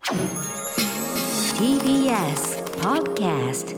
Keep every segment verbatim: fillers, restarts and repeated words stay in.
ティービーエス Podcast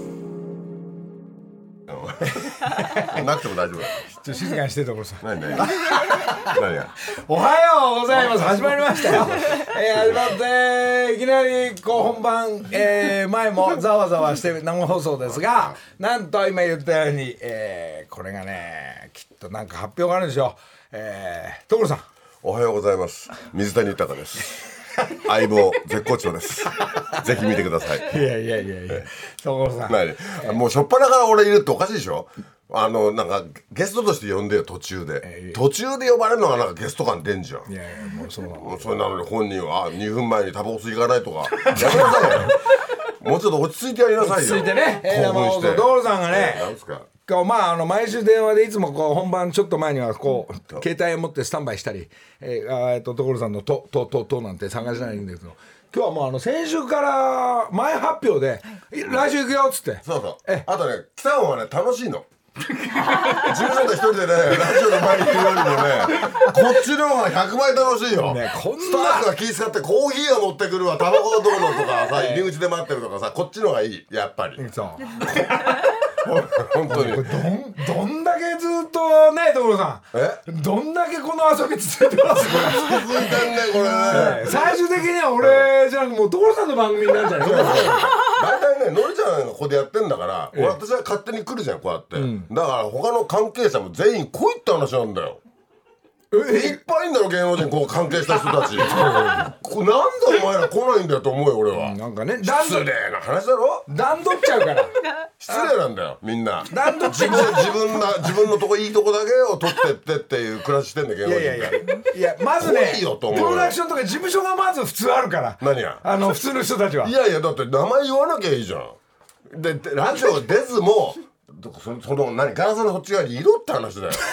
なくても大丈夫。 ちょっと静かにして所さん。 何何何がおはようございます。始まりましたよ。えー、始まっていきなりこう本番、えー、前もざわざわして生放送ですが、なんと今言ったように、えー、これがねきっとなんか発表があるんでしょう。えー、所さんおはようございます。水谷豊です。相棒絶好調です。ぜひ見てください。 いやいやいやいや所さん何もうしょっぱなから俺いるっておかしいでしょ。あのなんかゲストとして呼んでよ途中で、えー、途中で呼ばれるのがなんかゲスト感出んじゃん。 いやいやもうそうなの。 それなのに本人はにふんまえにタバコ吸い行かないとかやめなさいよ。もうちょっと落ち着いてやりなさいよ。 落ち着いてね、えー、生放送所さんがね、 えー、なんですかまあ、あの毎週電話でいつもこう本番ちょっと前にはこう携帯を持ってスタンバイしたり、えー、あえっと所さんのととととなんて探しないんだけど、今日はもうあの先週から前発表で、はい、来週行くよっつって。 そうそう。えあとね来た方がね楽しいの。事務所で一人でねラジオの前に来るよりもねこっちの方がひゃくばい楽しいよ、ね、こんなスタッフが気遣ってコーヒーを持ってくるわ、タバコをどうのとかさ、入り口で待ってるとかさ、こっちの方がいいやっぱり。そう本当にどんどんだけずっとね所さんえどんだけこの遊び続いてますこれ続いてんねこれね。 最終的には俺じゃなくもう所さんの番組になるんじゃないですか。 大体ねのりちゃんがここでやってんだから、ええ、私は勝手に来るじゃんこうやって、うん、だから他の関係者も全員来いって話なんだよ。えいっぱいいんだろ芸能人こう関係した人たち。これなんでお前ら来ないんだよと思うよ俺は、うん、なんかね失礼な話だろ。 段取っちゃうから失礼なんだよみんな。 段取っちゃう自分な自分のとこいいとこだけを取ってってっていう暮らししてんだ芸能人が。いやいやいやいやまずねいいよと思うプロダクションとか事務所がまず普通あるから。 何やあの普通の人たちは。 いやいやだって名前言わなきゃいいじゃん。でラジオ出ずもそ, その何ガラスのこっち側にいろって話だよ。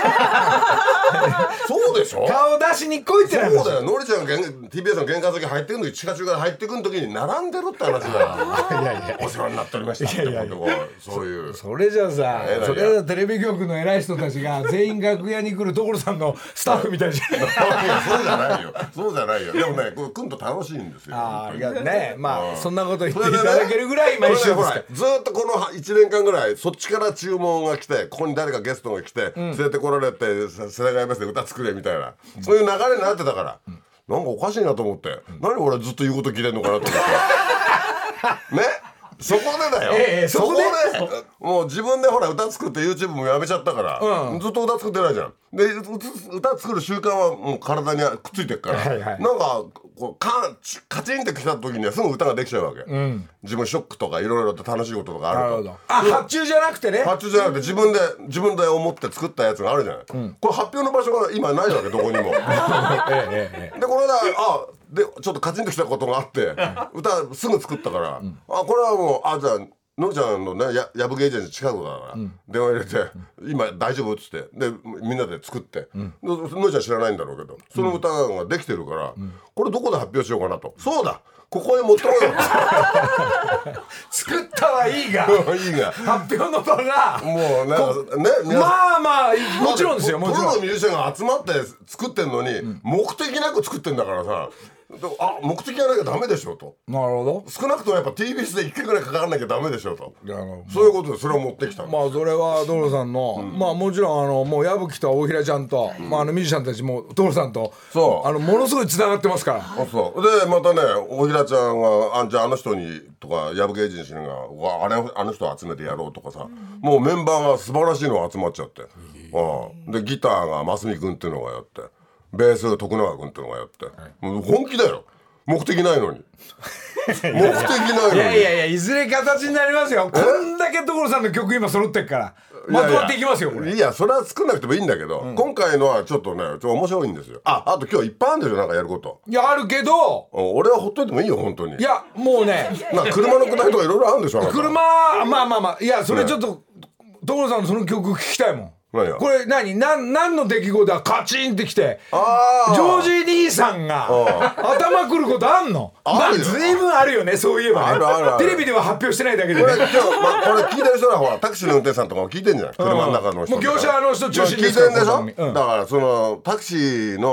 そうでしょ。 顔出しに来いって話。 そうだよ。のりちゃんが ティービーエス の玄関先入ってくん時地下中から入ってくん時に並んでるって話だよ。いやいやお世話になっておりましたって。いやいやいやそういう そ, それじゃあさ、えー、それじゃテレビ局の偉い人たちが全員楽屋に来る所さんのスタッフみたいじゃん。いやそうじゃないよそうじゃないよ。でもねこれ来んと楽しいんですよ。 あありがとうね。まあそんなこと言っていただけるぐらい毎週ですか。 ずっとこのいちねんかんぐらいそっちから注文が来てここに誰かゲストが来て、うん、連れてこられて世田谷ベースで歌作れみたいな、うん、そういう流れになってたから、うん、なんかおかしいなと思って、うん、何俺ずっと言うこと聞いてんのかなと思ってねそこでだよ、ええ、そこでもう自分でほら歌作って YouTube もやめちゃったから、うん、ずっと歌作ってないじゃん。で歌作る習慣はもう体にくっついてるから、はいはい、なんかこうカカチンってきた時にはすぐ歌ができちゃうわけ、うん、自分ショックとかいろいろと楽しいこととかあると。なるほど。 あ発注じゃなくてね。 発注じゃなくて自分で自分で思って作ったやつがあるじゃない、うん、これ発表の場所が今ないわけどこにも。ええええ、でこの間あでちょっとカチンときたことがあって歌すぐ作ったから、うん、あこれはもうあじゃあのりちゃんのねややぶゲージェンス近くだから、うん、電話入れて、うん、今大丈夫っつってでみんなで作って、うん、のりちゃん知らないんだろうけどその歌ができてるから、うん、これどこで発表しようかなと、うん、そうだここへ持ってこいよ作ったはいいがいいが発表の場がもうなんかねまあまあもちろんですよ。もちろんプロのミュージシャンが集まって作ってんのに、うん、目的なく作ってんだからさあ目的がなきゃダメでしょと。 なるほど。 少なくともやっぱ ティービーエス でいっかいぐらいかからなきゃダメでしょと。そういうことでそれを持ってきた。 まあそれは所さんの、うん、まあもちろんあのもう矢吹と大平ちゃんと、うん、まああのミュージシャンたちも所さんとそうあのものすごいつながってますから。 あそうでまたね大平ちゃんがあじゃああの人にとか矢吹エージェンシーがあれあの人を集めてやろうとかさ、うん、もうメンバーが素晴らしいのが集まっちゃって、うん、でギターが増美君っていうのがやってベース徳永君っていうのがやって、はい、もう本気だよ。目的ないのに目的ないのに。 いやいやいやいずれ形になりますよ。こんだけ所さんの曲今揃ってっからまとまっていきますよこれ。 いやそれは作んなくてもいいんだけど、うん、今回のはちょっとねちょっと面白いんですよ。ああと今日いっぱいあるんですよなんかやること。 いやあるけど俺はほっといてもいいよ本当に。いやもうねなんか車のくだりとかいろいろあるんでしょ。 車まあまあまあいやそれちょっと、ね、所さんのその曲聞きたいもん。これ何何何の出来事だカチンってきてジョージ兄さんが頭くることあんの？まあ随分あるよねそういえばね。あるあるある。テレビでは発表してないだけでね。これ、まあ、これ聞いてる人はほらタクシーの運転手さんとかも聞いてんじゃん車の中の人。 もう業者の人中心ですから。 聞いてんでしょ、うん、だからそのタクシーの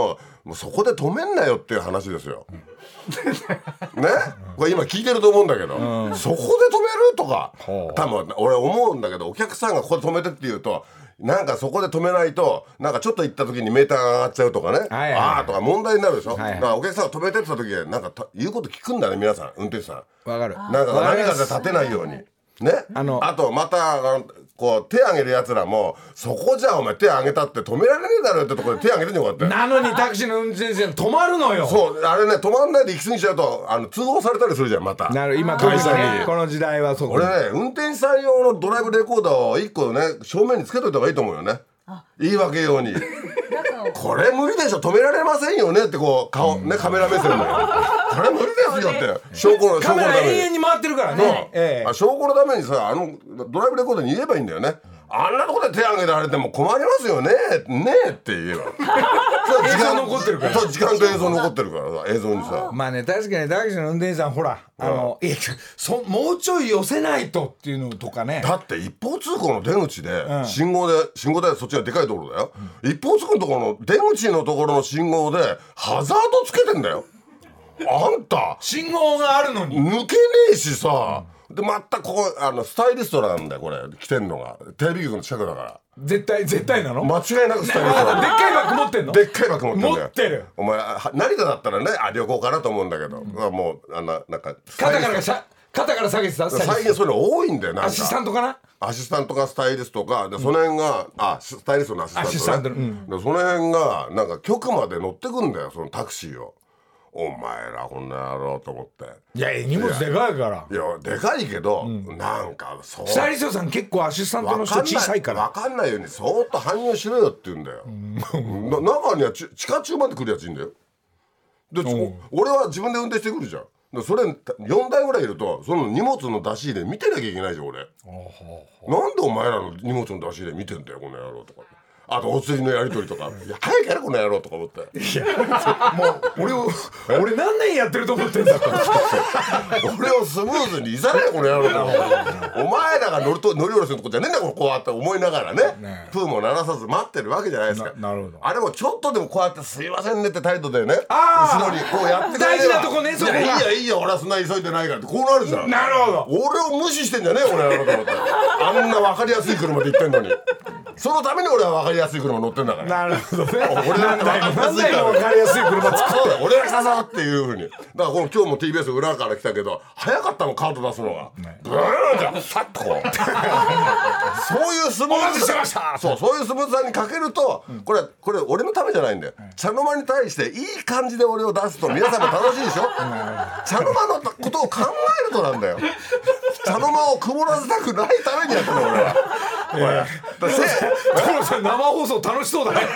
もうそこで止めんなよっていう話ですよね、これ今聞いてると思うんだけど、うん、そこで止めるとか多分俺思うんだけど、お客さんがここで止めてって言うとなんかそこで止めないとなんかちょっと行った時にメーターが上がっちゃうとかね、はいはいはい、ああとか問題になるでしょ、はいはい、だからお客さんが止めてってた時なんか言うこと聞くんだね皆さん運転手さん。 わかる。 なんか波風立てないようにね、あのあとまたこう手挙げるやつらもそこじゃお前手挙げたって止められねえだろってところで手挙げてんのかって。 なのにタクシーの運転手止まるのよ。 そうあれね止まんないで行き過ぎちゃうとあの通報されたりするじゃんまた。 なる今会社にこの時代はそう。 俺ね運転手さん用のドライブレコーダーをいっこね正面につけといた方がいいと思うよね。言い訳ようにこれ無理でしょ止められませんよねってこう顔ねカメラ目線でこれ無理ですよって証拠のカメラ永遠に回ってるからね、 ええ、証拠のためにさあのドライブレコーダーに言えばいいんだよね。あんなとこで手挙げられても困りますよねねえって言えば映像残ってるから時間と映像残ってるからさ映像にさまあね確かにタクシーの運転手さんほらあのいやそもうちょい寄せないとっていうのとかね。 だって一方通行の出口で、うん、信号で信号でそっちがでかいところだよ、うん、一方通行のところの出口のところの信号でハザードつけてんだよあんた信号があるのに抜けねえしさ、うん、でまたここあのスタイリストなんだよこれ来てんのがテレビ局の近くだから絶対絶対なの間違いなくスタイリストなんだでっかいバッグ持ってんの。 でっかいバッグ持ってんだよ持ってる。 お前成田だったらねあ旅行かなと思うんだけど、うん、もうあのなんか肩からしゃ肩から下げてた最近そういうの多いんだよなんかアシスタントかなアシスタントかスタイリストかでその辺が、うん、あスタイリストのアシスタントねアシスタント、うん、でその辺がなんか局まで乗ってくんだよそのタクシーを。お前らこんな野郎と思って。 いや荷物でかいから。 いやでかいけど、うん、なんかそうスタイリストさん結構アシスタントの人小さいから分かんないようにそーっと搬入しろよって言うんだよ、うん、な中には地下中まで来るやついいんだよで、うん、俺は自分で運転してくるじゃん。でそれよんだいぐらいいるとその荷物の出し入れ見てなきゃいけないじゃん俺。なんでお前らの荷物の出し入れ見てんだよこの野郎とか。あとお釣りのやり取りとかいや早くやれこの野郎とか思っていやもう俺を俺何年やってると思ってんだと俺をスムーズにいざないこの野郎とお前らが乗ると乗り降ろしのとこじゃねえんだこうやって思いながら ね, ねプーも鳴らさず待ってるわけじゃないですか。 な, なるほど。 あれもちょっとでもこうやってすいませんねって態度でね後ろにこうやって大事なとこねそこがいやいいやいいや俺はそんな急いでないからってこうなるじゃん。 なるほど。 俺を無視してんじゃねえこの野郎と思ってあんな分かりやすい車で行ってんのにそのために俺は分かりやすい車乗ってんだから。 なるほどね。 俺なんか何台も分かりやすい車作って俺が来たぞっていうふうに。だからこの今日も ティービーエス 裏から来たけど早かったのカード出すのが、ね、ブーンじゃさっとこうそういうスムーズさそうそういうスムーズさにかけると、うん、これこれ俺のためじゃないんだよ、うん、茶の間に対していい感じで俺を出すと皆さんも楽しいでしょ、うん、茶の間のことを考えるとなんだよ茶の間を曇らせたくないためにやってるの俺は。 いや所さん生放送楽しそうだね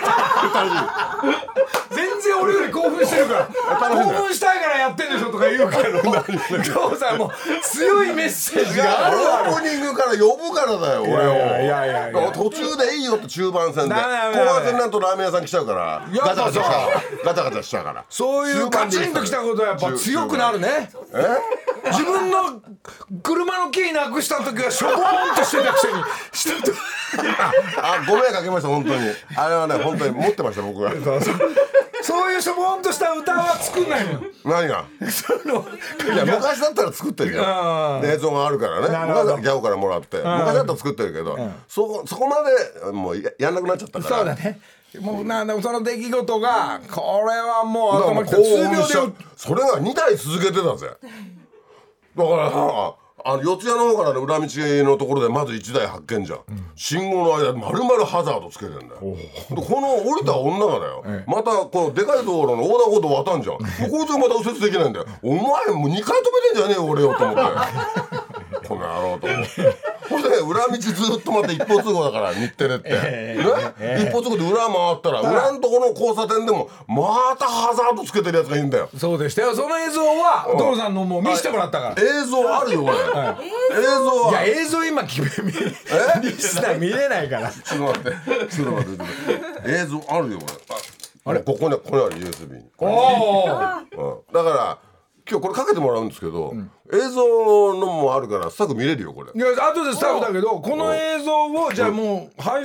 全然俺より興奮してるから興奮したいからやってんでしょとか言うけど所さんも強いメッセージがあるわ。 オープニングから呼ぶからだよ俺を。 いやいやいや途中でいいよって中盤戦で後半戦なんとラーメン屋さん来ちゃうからガチャガチャガチャガチャしちゃうからそういうカチンときたことはやっぱ強くなるね。え自分の車のキーなくした時はしょぼーんとしてたくせにしたとあご迷惑かけました本当に。あれはね本当に持ってました僕がそうそうそういうしょぼんとした歌は作んないのよ。 何がそのいや昔だったら作ってるよ映像があるからね。昔はギャオからもらって昔だったら作ってるけど、うん、そ, そこまでもう や, やんなくなっちゃったから。 そうだねもうなんでもその出来事がこれはもう頭きて数秒でそれがにだい続けてたぜ。だからあの四谷の方からの裏道のところでまずいちだい発見じゃん、うん、信号の間丸々ハザードつけてんだよ。この降りた女がだよ、ええ、またこのでかいところの横断歩道渡んじゃん交通また右折できないんだよお前もうにかい止めてんじゃねえよ俺よと思ってこの野郎と思ってほんで裏道ずっとまた一方通行だから日テレって、えーねえー、一方通行で裏回ったら裏のところの交差点でもまたハザードつけてるやつがいるんだよ。 そうでしたよ。その映像は所さんのもう見せてもらったから。 映像あるよこれ、はい、映像はいや映像今決めリスナー見れないからちょっと待ってちょっと待って映像あるよこれ。ああれここにこれある ユーエスビー におお、 うん、だから今日これかけてもらうんですけど、うん、映像のもあるからスタッフ見れるよこれ。 いや後でスタッフだけどこの映像をじゃあもう配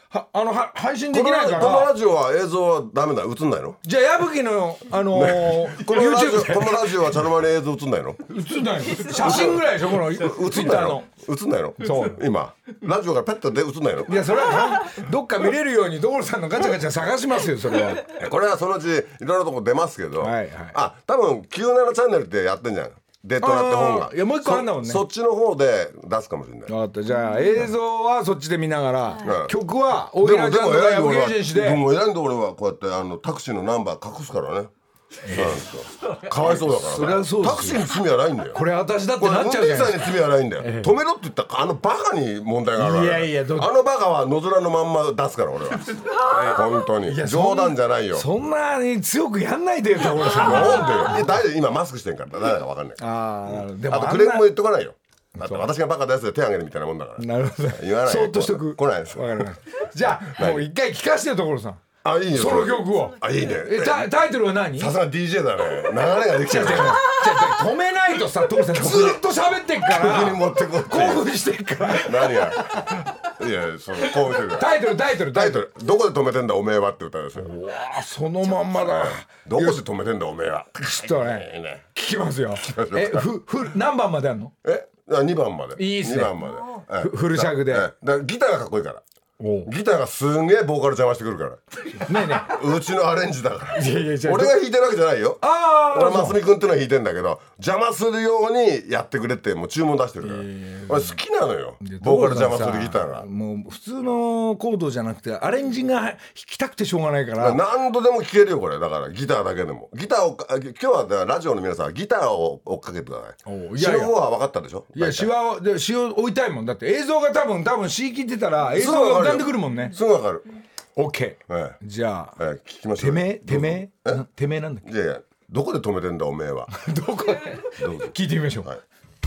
はあのは配信できないから。 このラジオは映像はダメだ、映んないの？ じゃあ矢吹のあのーね、このラジオこのラジオは茶の間に映像映んないの？ 映んないの。写真ぐらいでしょこの。映んないの？映んないの？そう今ラジオがペットで映んないの？ いやそれはどっか見れるように所さんのガチャガチャ探しますよそれは。 これはそのうちいろいろとこ出ますけど、 はいはい、 あ多分きゅうじゅうななチャンネルってやってんじゃん。デトラって本が。 いやもう一個あんだもんね。 そ, そっちの方で出すかもしれない。 分かった、じゃあ映像はそっちで見ながら、うん、曲は大平ちゃんとか矢吹エージェンシーで。 でも選んで俺はこうやってあのタクシーのナンバー隠すからね。かわいそうだから、ね、 それはそうですよ。 タクシーに罪はないんだよ。 これ私だってなっちゃうじゃないですか。 運転手さんに罪はないんだよ、ええ、止めろって言ったらあのバカに問題があるわ。 いやいやどあのバカは野面のまんま出すから俺は本当に冗談じゃないよ。 そんなに強くやんないでよ所さん。 なんでよ。大丈夫今マスクしてんから誰だか分かんない。 ああなるほど。でもあとクレームも言っとかないよ。だって私がバカなやつで手挙げるみたいなもんだから。 なるほど。 言わない。 そっとしとく。 来ないです。 わかりました。じゃあもう一回聞かせてよ所さん。 あいいよその曲を。 あいいね。 えタタイトルは何？ さすが ディージェー だね。流れができちゃう。 止めないとさ所さんずっと喋ってっから曲に持ってこって興奮してっから。 何やいやその興奮してるから。 タイトルタイトルタイトルどこで止めてんだおめえはって歌ですよ。 うわそのまんまだ。 どこで止めてんだおめえは。 ちょっとね聞きますよ。えふふ何番まであんの？ えにばんまで。 いいっすね。 にばんまでフル尺で。 だからギターがかっこいいから。ギターがすんげえボーカル邪魔してくるからねえねえうちのアレンジだから。 いやいやじゃあ俺が弾いてるわけじゃないよ。 あ俺はますみ君っていうのは弾いてんだけど邪魔するようにやってくれってもう注文出してるから、俺好きなのよボーカル邪魔するギターが。 もう普通のコードじゃなくてアレンジが弾きたくてしょうがないから何度でも聴けるよこれ。だからギターだけでもギターを今日はだからラジオの皆さんはギターを追っかけてください。詩の方は分かったでしょ。 いや詩はで詩を置いたいもん。だって映像が多分多分詩聞いてたら映像が浮かんでくるもんね。 すぐ分かる。 オッケー。じゃあ聞きましょう。てめえてめえてめえなんだっけ。 いやいやどこで止めてんだおめえは。 どこで聞いてみましょう。はい。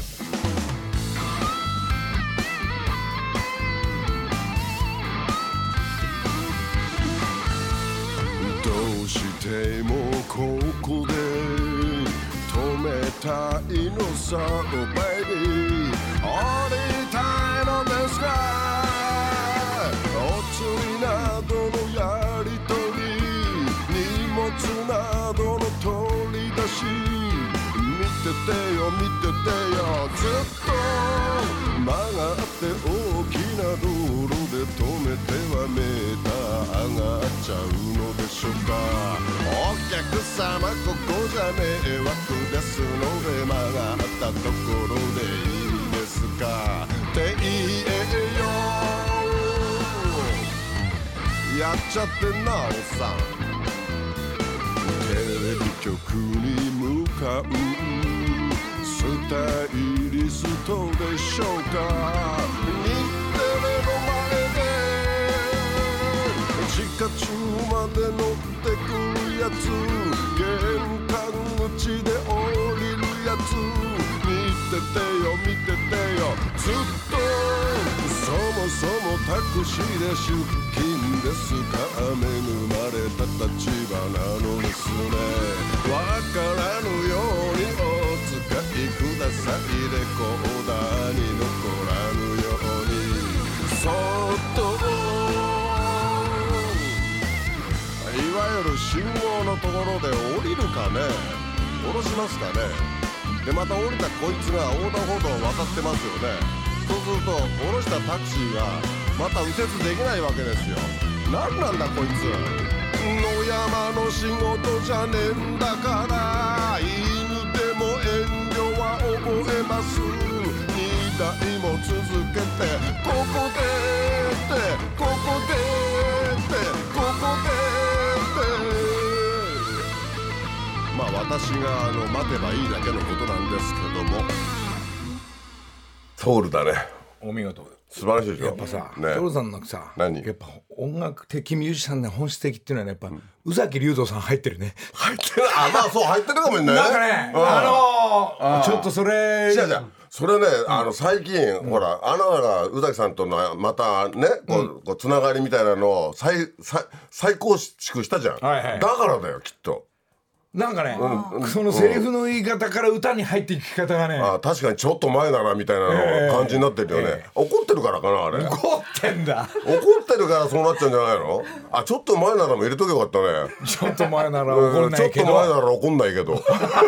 どうしてもここで止めたいのさおベイビー。降りたいのですか。お釣りなどのやりとり荷物などの取り出し見ててよ見ててよ。ずっと曲がって大きな道路で止めてはメーター上がっちゃうのでしょうか。お客様ここじゃ迷惑ですので曲がったところでいいですかって言えよ。やっちゃってんなおっさん。テレビ局に向かうスタイリストでしょうか。日テレの前で地下駐まで乗ってくるやつ玄関口で降りるやつ見ててよ見ててよ。ずっとそもそもタクシーで出勤ですか。恵まれた立場なのですね。わからぬようにお使いくださいレコーダーに残らぬようにそっといわゆる信号のところで降りるかね降ろしますかね。でまた降りたこいつが横断歩道を渡ってますよね。そうすると降ろしたタクシーがまた右折できないわけですよ。何なんだこいつ。野山の仕事じゃねえんだから犬でも遠慮は覚えます。にだいも続けてここでってここでってここでってまあ私があの待てばいいだけのことなんですけども。ソウルだね。 お見事。 素晴らしいでしょ。 やっぱさね、 所さんのさ何やっぱ音楽的ミュージシャンの本質的っていうのはねやっぱ、うん、宇崎竜童さん入ってるね。 入ってる。あまあそう入ってるかもね。 なんかね、うん、あのー、あちょっとそれ違う違うそれね、うん、あの最近、うん、ほらあなたが宇崎さんとのまたねこう、うん、こうつながりみたいなのを再再再構築したじゃん、 はいはい、 だからだよきっと。 なんかね、うん、そのセリフの言い方から歌に入っていき方がね、 あ確かにちょっと前だなみたいなの感じになってるよね、えー、怒ってるからかなあれ。 怒ってんだ。 怒ってるからそうなっちゃうんじゃないの。あちょっと前ならも入れとけばよかったね。 ちょっと前なら怒んないけど、 ちょっと前なら怒んないけど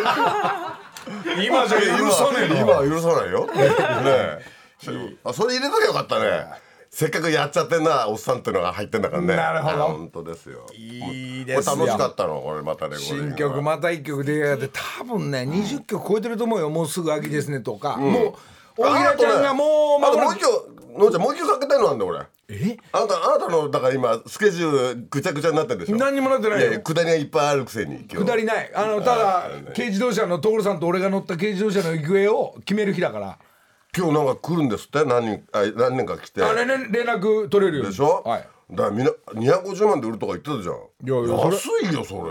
今じゃ許さねえの。 今は許さないよねえあそれ入れとけばよかったね。せっかくやっちゃってんなおっさんっていうのが入ってんだからね。 なるほど。 本当ですよ。 いいですよ。 これ楽しかったのこれまたね。 新曲また一曲出会って多分ねにじゅっきょく超えてると思うよ。もうすぐ秋ですねとか、うん、もう大平ちゃんがもうあともう一曲のんちゃんもう一曲かけたいのなんだ俺。 えあなたあなたのだから今スケジュールぐちゃぐちゃになってるでしょ。 何にもなってないよ。 いや下りがいっぱいあるくせに。 下りないあのただ軽自動車の所さんと俺が乗った軽自動車の行方を決める日だから。 今日なんか来るんですって何人あ何年か来てあれ、ね、連絡取れるよでしょ、 はい、 だからみんなにひゃくごじゅうまんで売るとか言ってたじゃん。いやいや安いよそれ。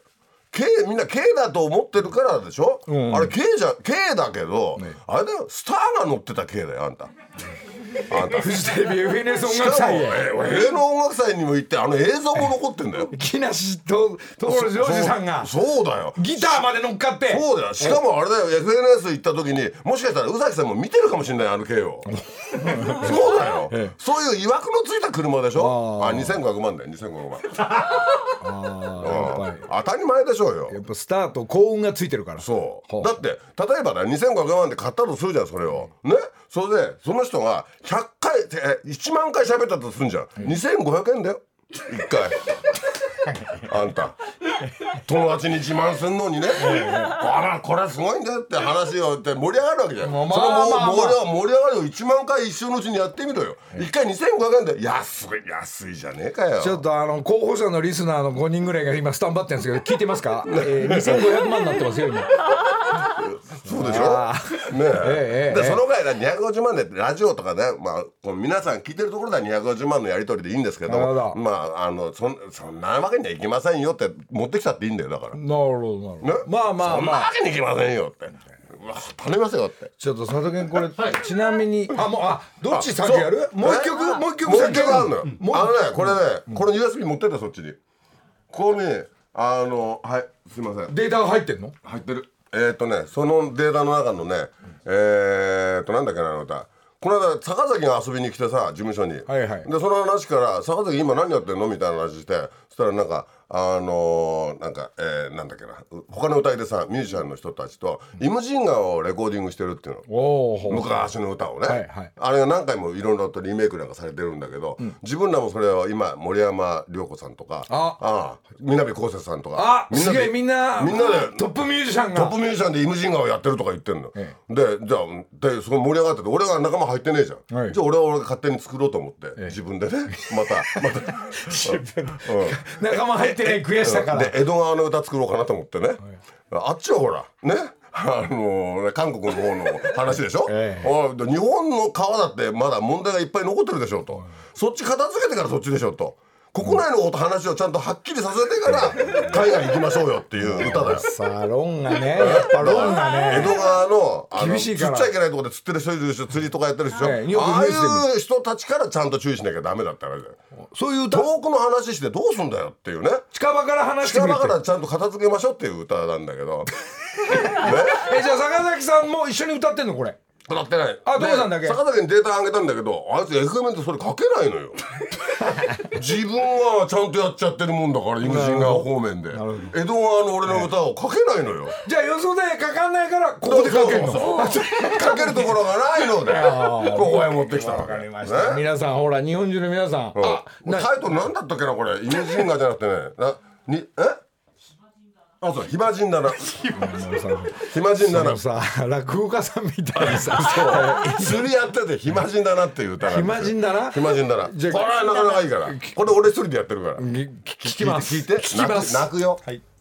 K みんな K だと思ってるからでしょ、うん、あれ K じゃ K だけど、ね、あれだよスターが乗ってた K だよあんたあんたフジテレビ エフエヌエス 音楽祭へ芸能音楽祭にも行ってあの映像も残ってんだよ木梨と所ジョージさんがそうだよギターまで乗っかってそうだよ。しかもあれだよ エフエヌエス 行った時にもしかしたら宇崎さんも見てるかもしれないあの K をそうだよ、ええ、そういう曰くのついた車でしょ。ああにせんごひゃくまんだよにせんごひゃくまんあやっぱり当たり前でしょうよ。 やっぱスタート幸運がついてるから。 そうだって例えばねにせんごひゃくまんで買ったとするじゃんそれをね。それでその人がひゃっかいいちまんかい喋ったとするんじゃん、うん、にせんごひゃくえんだよいっかいあんた友達に自慢すんのにねあらこれすごいんだよって話をって盛り上がるわけじゃん。その盛り上がりをいちまんかい一生のうちにやってみろよ。いっかいにせんごひゃくえんで安い安いじゃねえかよ。 ちょっとあの候補者のリスナーのごにんぐらいが今スタンバってるんですけど聞いてますか、えー、にせんごひゃくまんになってますよ今そうでしょねえ、ええ、でそのぐらいにひゃくごじゅうまんでラジオとかね、まあ、この皆さん聞いてるところではにひゃくごじゅうまんのやり取りでいいんですけどまああの そ, そんなわけにはいきませんよって持ってきたっていいんだよだから。なるほどなるほど、ね、まあまあまあそんなわけにいきませんよって頼みますよって。 ちょっと佐藤君これ、はい、ちなみにあもうあどっち先やるもう一曲もう一曲もう一曲あるのよ、うん、あのねこれね、うん、これ ユーエスビー 持ってったそっちにここにあのはいすいませんデータが入ってんの入ってるえー、っとねそのデータの中のね、うん、えー、っとなんだっけなあの歌この間坂崎が遊びに来てさ事務所に、はいはい、でその話から坂崎今何やってんのみたいな話してそしたらなんかあのー、なんか、えー、なんだっけな他の歌いでさミュージシャンの人たちと「イムジンガ」をレコーディングしてるっていうの、うん、昔の歌をね、はいはい、あれが何回もいろいろとリメイクなんかされてるんだけど、うん、自分らもそれを今森山良子さんとかああ南こうせつさんとかあみんなでみんなみんなでトップミュージシャンがトップミュージシャンでイムジンガをやってるとか言ってんの、ええ、でじゃあでそこ盛り上がってて俺が仲間入ってねえじゃん、はい、じゃあ俺は俺が勝手に作ろうと思って、ええ、自分でねまたまた自分、うん、仲間入ってない悔しさからで江戸川の歌作ろうかなと思ってね、はい、あっちはほらねあのー、韓国の方の話でしょ、ええ、日本の川だってまだ問題がいっぱい残ってるでしょと、うん、そっち片付けてからそっちでしょと国内のこと話をちゃんとはっきりさせてから海外行きましょうよっていう歌だよ。 さあ論がねやっぱ論がね江戸川のあの厳しいから釣っちゃいけないとこで釣ってる人いるでしょ釣りとかやってるでしょ、ええ、ああいう人たちからちゃんと注意しなきゃダメだったらそういう歌遠くの話してどうすんだよっていうね近場から話してくれ近場からちゃんと片付けましょうっていう歌なんだけど、ね、 えじゃあ坂崎さんも一緒に歌ってんのこれ歌ってない。 あ、所さんだけ坂崎にデータあげたんだけどあいつ エフエム ってそれ書けないのよ自分はちゃんとやっちゃってるもんだからイムジンガー方面で江戸川の俺の歌を書けないのよ、えー、 じゃあよそで書かないからここで書けるの書けるところがないのでここへ持ってきたの。 わかりました、ね、皆さんほら日本中の皆さん、うん、あタイトルなんだったっけなこれイムジンガーじゃなくてねなにえあそう暇人だな暇人だなさ落語家さんみたいにさ釣りやってて暇人だなっていう歌なんですよ。 暇人だな暇人だなこれはなかなかいいからこれ俺一人でやってるから聞きます聞いて聞きます泣くよ、はい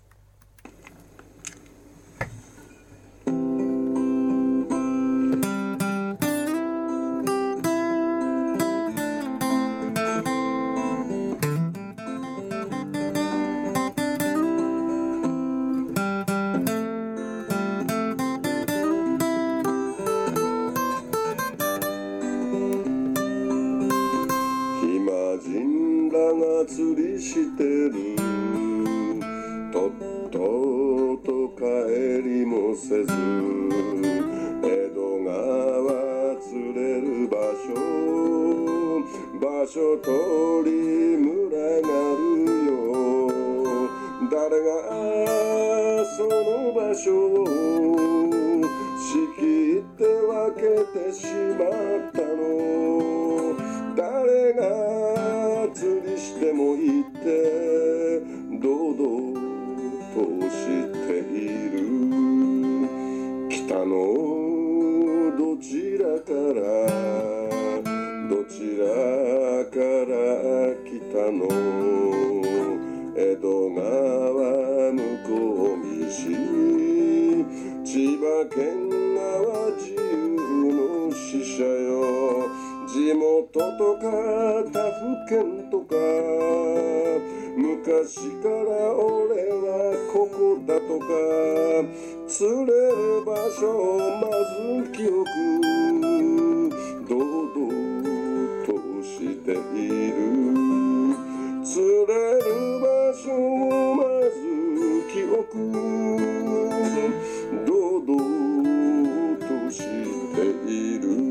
釣りしてる所通り群がるよ。誰がその場所を仕切って分けてしまったの。誰が釣りしてもいて堂々としている。北のどちらからどちらから来たの。江戸川向こう岸千葉県淡路の使者よ。地元とか他府県とか昔から俺はここだとか釣れる場所をまず記憶堂々としている。釣れる場所をまず記憶堂々としている。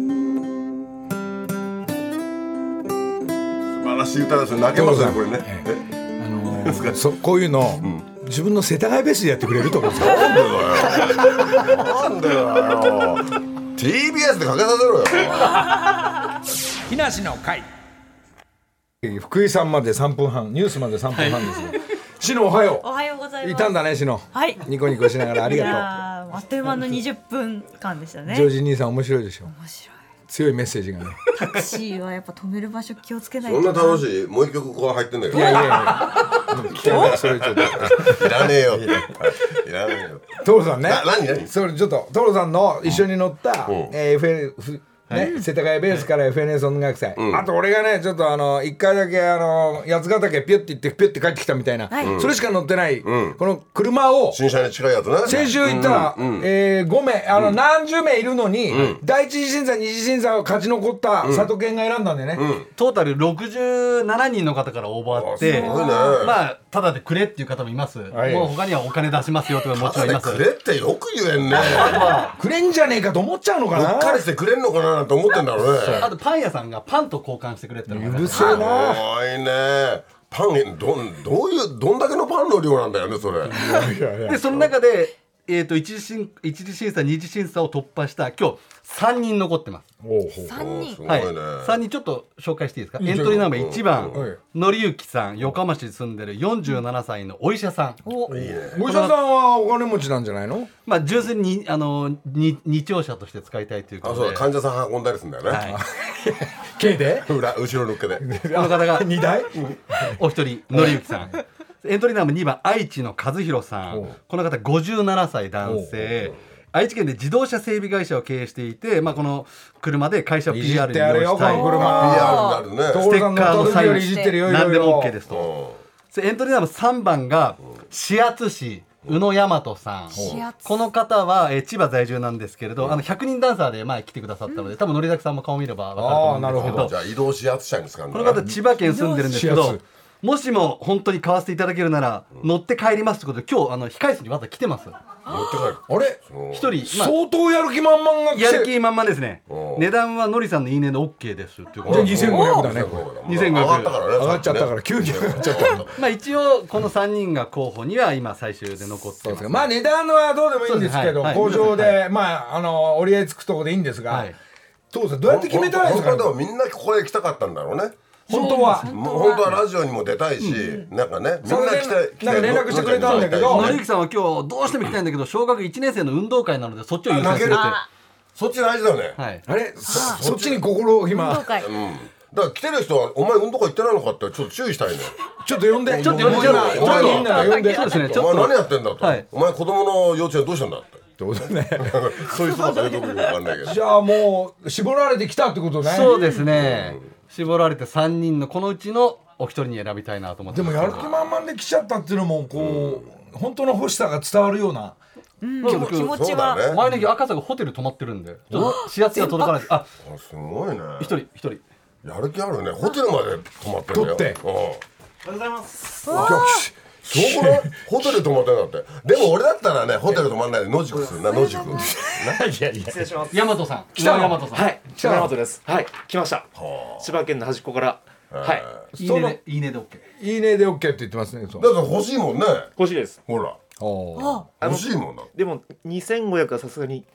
素晴らしい歌ですね。泣けますねこれね。 あのー、そこういうの、うん、自分の世田谷ベースでやってくれると思うんですよ。 なんでだよ。なんでだよ。ティービーエス でかけさせろよ。 木梨の会。福井さんまでさんぷんはん、ニュースまでさんぷんはんですね。しのおはよう。 おはようございます。 いたんだねしの。 はい。 ニコニコしながらありがとう。 あっという間のにじゅっぷんかんでしたね。 ジョージ兄さん面白いでしょ。 面白い。 強いメッセージがね。 タクシーはやっぱ止める場所気をつけないと。 そんな楽しい。もう一曲こう入ってんだけど。 いやいやいや。それちょっといらねえよ。いらねえよ。 所さんね。 何何？ それちょっと所さんの一緒に乗ったエフエヌね、世田谷ベースから エフエヌエス 音楽祭、うん、あと俺がねちょっとあの一回だけあの八ヶ岳ピュッて行ってピュッて帰ってきたみたいな、はい、それしか乗ってない、うん、この車を新車に近いやつね。 先週行ったら、うんうんえー、ごめいあの、うん、何十名いるのに、うん、第一次審査二次審査を勝ち残った佐藤健が選んだんでね、うんうん、 トータルろくじゅうななにんの方から応募あって、ね、まあただでくれっていう方もいます、はい、もう他にはお金出しますよとかもちろんいます。 ただでくれってよく言えんね。 あとはくれんじゃねえかと思っちゃうのかな。 うっかりしてくれんのかななんて思ってんだろうね。 あとパン屋さんがパンと交換してくれってのがうるせえな。 すごいね。パンど, どういうどんだけのパンの量なんだよねそれ。いやいやいやでその中で、えー、と一次審一次審査二次審査を突破した今日さんにん残ってます。 さんにん、 はい、さんにんちょっと紹介していいですか。エントリーナンバーいちばん、のりゆきさん、横浜市に住んでるよんじゅうななさいのお医者さん。 お, いいね、お医者さんはお金持ちなんじゃないの。 まあ純粋にあのに二聴者として使いたいということで。 あ、そうだ、患者さん運んだりするんだよね、はい、 軽で裏後ろのっけでこの方がにだいお一人のりゆきさん。エントリーナンバーにばん愛知の和弘さん。この方ごじゅうななさい男性、愛知県で自動車整備会社を経営していて、まあ、この車で会社を ピーアール に利用したい。 ピーアール になるね。 ステッカーのサイン何でも OK ですと。エントリーナンバーさんばんが指圧師宇野大和さん。この方はえ千葉在住なんですけれど、あのひゃくにんダンサーで前来てくださったので、多分のりだきさんも顔見れば分かると思うんですけど、 じゃあ移動指圧車に使うんだ。 この方千葉県住んでるんですけど、もしも本当に買わせていただけるなら乗って帰りますということで、今日あの控室にわざ来てます。 乗って帰る。 あれ一人、 まあ、相当やる気満々が来て、 やる気満々ですね。値段はのりさんのいいねで OK ですっていうことで、 にせんごひゃくだね。 にせんごひゃく上がったからね。 上がっちゃったからきゅうじゅう上がっちゃったまあ一応このさんにんが候補には今最終で残ってます。 まあ値段はどうでもいいんですけど、工場でまああの折り合いつくところでいいんですが、どうぞどうやって決めたらいいですか。 本当はみんなここへ来たかったんだろうね。 本当は本当はラジオにも出たいし、うん、なんかねみんな来てなんか連絡してくれたんだけど、 のりゆきさんは今日どうしても行きたいんだけど、小学いちねん生の運動会なのでそっちを優先するって。 そっち大事だよね、 はい、 あれ そ, そっちに心を今、 運動会、 うん、だから来てる人はお前運動会行ってないのかってちょっと注意したいね。 ちょっと呼んでちょっと呼んでお前みんな呼んで、 そうですね、ちょっとお前何やってんだと、はい、お前子供の幼稚園どうしたんだってどうだねそういう人だったらどこにも分かんないけど、 じゃあもう絞られてきたってことね。 そうですね、うん、絞られてさんにんのこのうちのお一人に選びたいなと思って。 でもやる気満々で来ちゃったっていうのもこう、うん、本当の欲しさが伝わるような、 うん、気持ちは、 ね、前の日赤坂ホテル泊まってるんでちょっと指圧が届かない。あ、 すごいね。 一人一人やる気あるね。ホテルまで泊まってるんだよ。 取って、 おはようございます。 すごくない？ホテル泊まってんだって。でも俺だったらねホテル泊まんないで野宿するな野宿。いやいや失礼します。 大和さん来たの？ 大和さんはい来た大和です。はい来ました。千葉県の端っこからはいいいねでいいねで OK いいねで OK って言ってますね。だって欲しいもんね。 欲しいです。 ほら欲しいもんだ。 でもにせんごひゃくはさすがに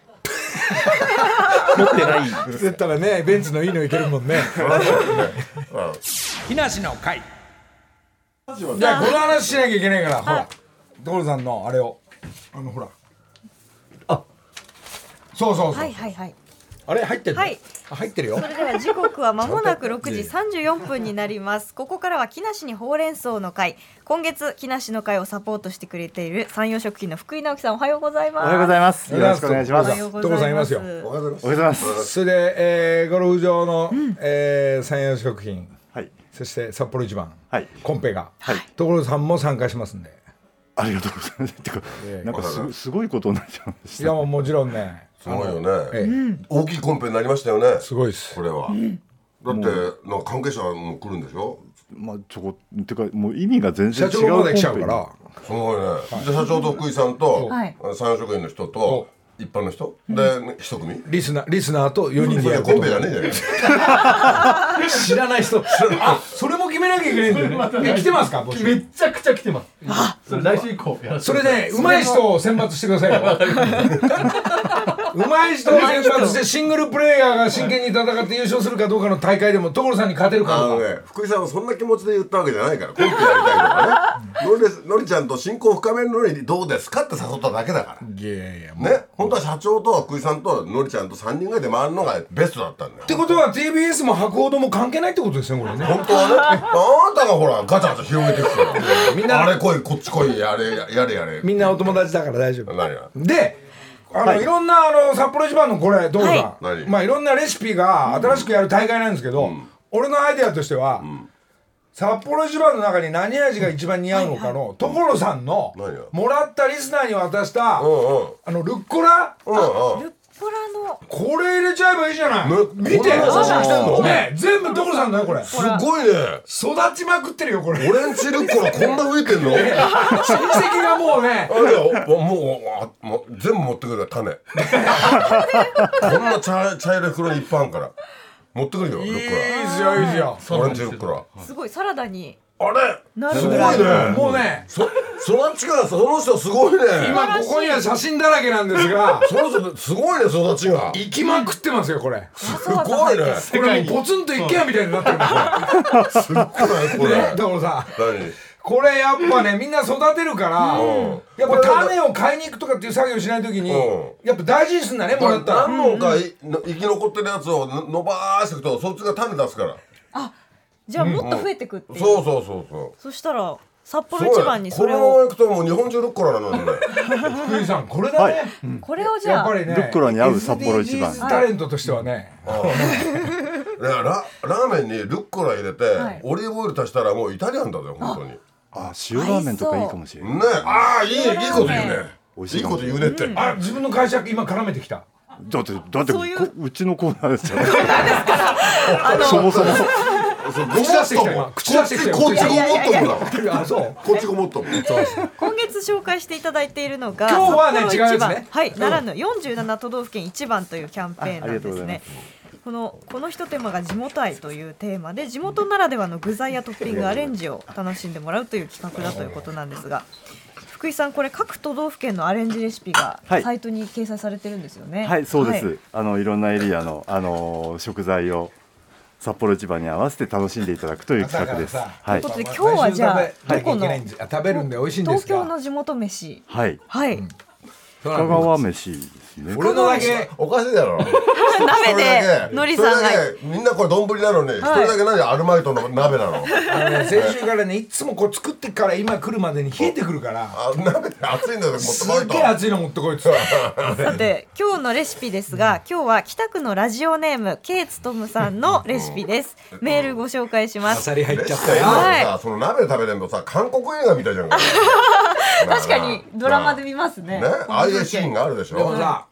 持ってない。 だったらねベンツのいいのいけるもんね。木梨の会。じゃあこの話しなきゃいけないから、ほら所さんのあれをあのほらあそうそうそう、 はいはいはい。 あれ入ってるの？ はい。 あ入ってるよ。 それでは時刻は間もなくろくじさんじゅうよんぷんになります。ここからは木梨にほうれん草の会。今月木梨の会をサポートしてくれている山陽食品の福井直樹さん、おはようございます。 おはようございます。よろしくお願いします。 おはようございます。 所さんいますよ。 おはようございます。 おはようございます。 それで、えー、ゴルフ場の、うんえー、山陽食品、 はい、 そして札幌一番、 はい、 コンペが、 はい、 所さんも参加しますんで。 ありがとうございます。てか、えー、なんか す, すごいことになっちゃうんです。 いやもうもちろんね。 すごいよね、 ええ、 大きいコンペになりましたよね。 すごいですこれは、うん、だってなんか関係者も来るんでしょ。 まあちょこってかもう意味が全然違う。 社長まで来ちゃうからすごいね、はい、じゃあ社長と福井さんと山陽食品の人と一般の人で一組リスナーリスナーとよにんでやるコンペじゃねえじゃん。知らない人あそれも決めなきゃいけないんだよね。来てますか？ めっちゃくちゃ来てます。それ来週以降それね上手い人を選抜してくださいよ。上手い人を選抜してシングルプレイヤーが真剣に戦って優勝するかどうかの大会でも所さんに勝てるかどうか。 ね、福井さんはそんな気持ちで言ったわけじゃないからコンペやりたいとかね。のりのりちゃんと親交を深めるのにどうですかって誘っただけだから。 いやいやね本当は社長と福井さんとのりちゃんとさんにんぐらいで回るのがベストだったんだよ。 ってことは ティービーエス も博報堂も関係ないってことですねこれね。 本当はねあなたがほらガチャガチャ広げてきたらみんなあれ来いこっち来いやれやれやれみんなお友達だから大丈夫。 何がであの、はい、いろんなあの札幌一番のこれどうだ、はい、まあいろんなレシピが新しくやる大会なんですけど、うん、俺のアイデアとしては、うん、札幌一番の中に何味が一番似合うのかの所さんのもらったリスナーに渡した、うんうん、あのルッコラ、 うんうん、 ルッコラのこれ入れちゃえばいいじゃない。見て写真来てんのね全部所さんだよこれ。 すごいね育ちまくってるよこれ。 俺んちルッコラこんな増えてんの親戚がもうねあれよもうもう全部持ってくるから種こんな茶茶色い袋にいっぱいあるから持ってくるよルッコラ。いいですよいいですよ。 俺んちルッコラすごいサラダにあれなるすごいね。 もうねそ育ちがその人すごいね。 今ここには写真だらけなんですがその人すごいね育ちが行きまくってますよこれ。 すごいね。 これもうポツンと一軒家みたいになってるんですよ。 すっごいこれ。 だからさ何これやっぱねみんな育てるからやっぱ種を買いに行くとかっていう作業しないときにやっぱ大事にすんだねもらったら。 何本か生き残ってるやつを伸ばしていくとそっちが種出すから。 あじゃあもっと増えてくっていう、 うん、そうそうそうそう。 そしたら札幌一番にそれをこのまま行くともう日本中ルッコラなのにね。 福井さんこれだね、はいうん、これをじゃあやっぱりねルッコラに合う札幌一番エスディージーズ タレントとしてはね、 はいラ, ラーメンにルッコラ入れて、はい、オリーブオイル足したらもうイタリアンだぜ本当に。 あ塩ラーメンとかいいかもしれないね。ああいいいいこと言うね。いいこと言うねって、うん、 あ自分の会社今絡めてきた。 だってだってう, う, うちのコーナーですよそもそも口出してきた今口出してきたこっちごもっともだ。 あそうこっちごもっとも。 今月紹介していただいているのが今日はね違うやつねはいならぬよんじゅうなな都道府県一番というキャンペーンなんですね。このこの一手間が地元愛というテーマで地元ならではの具材やトッピングアレンジを楽しんでもらうという企画だということなんですが福井さんこれ各都道府県のアレンジレシピがサイトに掲載されてるんですよね。 はい、はい、そうです、はい、あのいろんなエリアの、あのー、食材を札幌一番に合わせて楽しんでいただくという企画です。 ということで今日はじゃあどこの食べるんで美味しいんですか。 東京の地元飯はいはい、うん、 深川飯ですね。 俺のだけおかしいだろ鍋でのりさんがみんなこれ丼なのに一人だけ何アルマイトの鍋なの。あの、ね、先週からねいつもこう作ってから今来るまでに冷えてくるからあ鍋って熱いんだよ持ってこいと。 すっげえ熱いの持ってこいってさて今日のレシピですが今日は北区のラジオネーム K つとむさんのレシピです。メールご紹介します。 あさり入っちゃったよ、 はい、その鍋食べてるのさ韓国映画みたいじゃん。 確かにドラマで見ますね。 ねああいうシーンがあるでしょ。 でもさ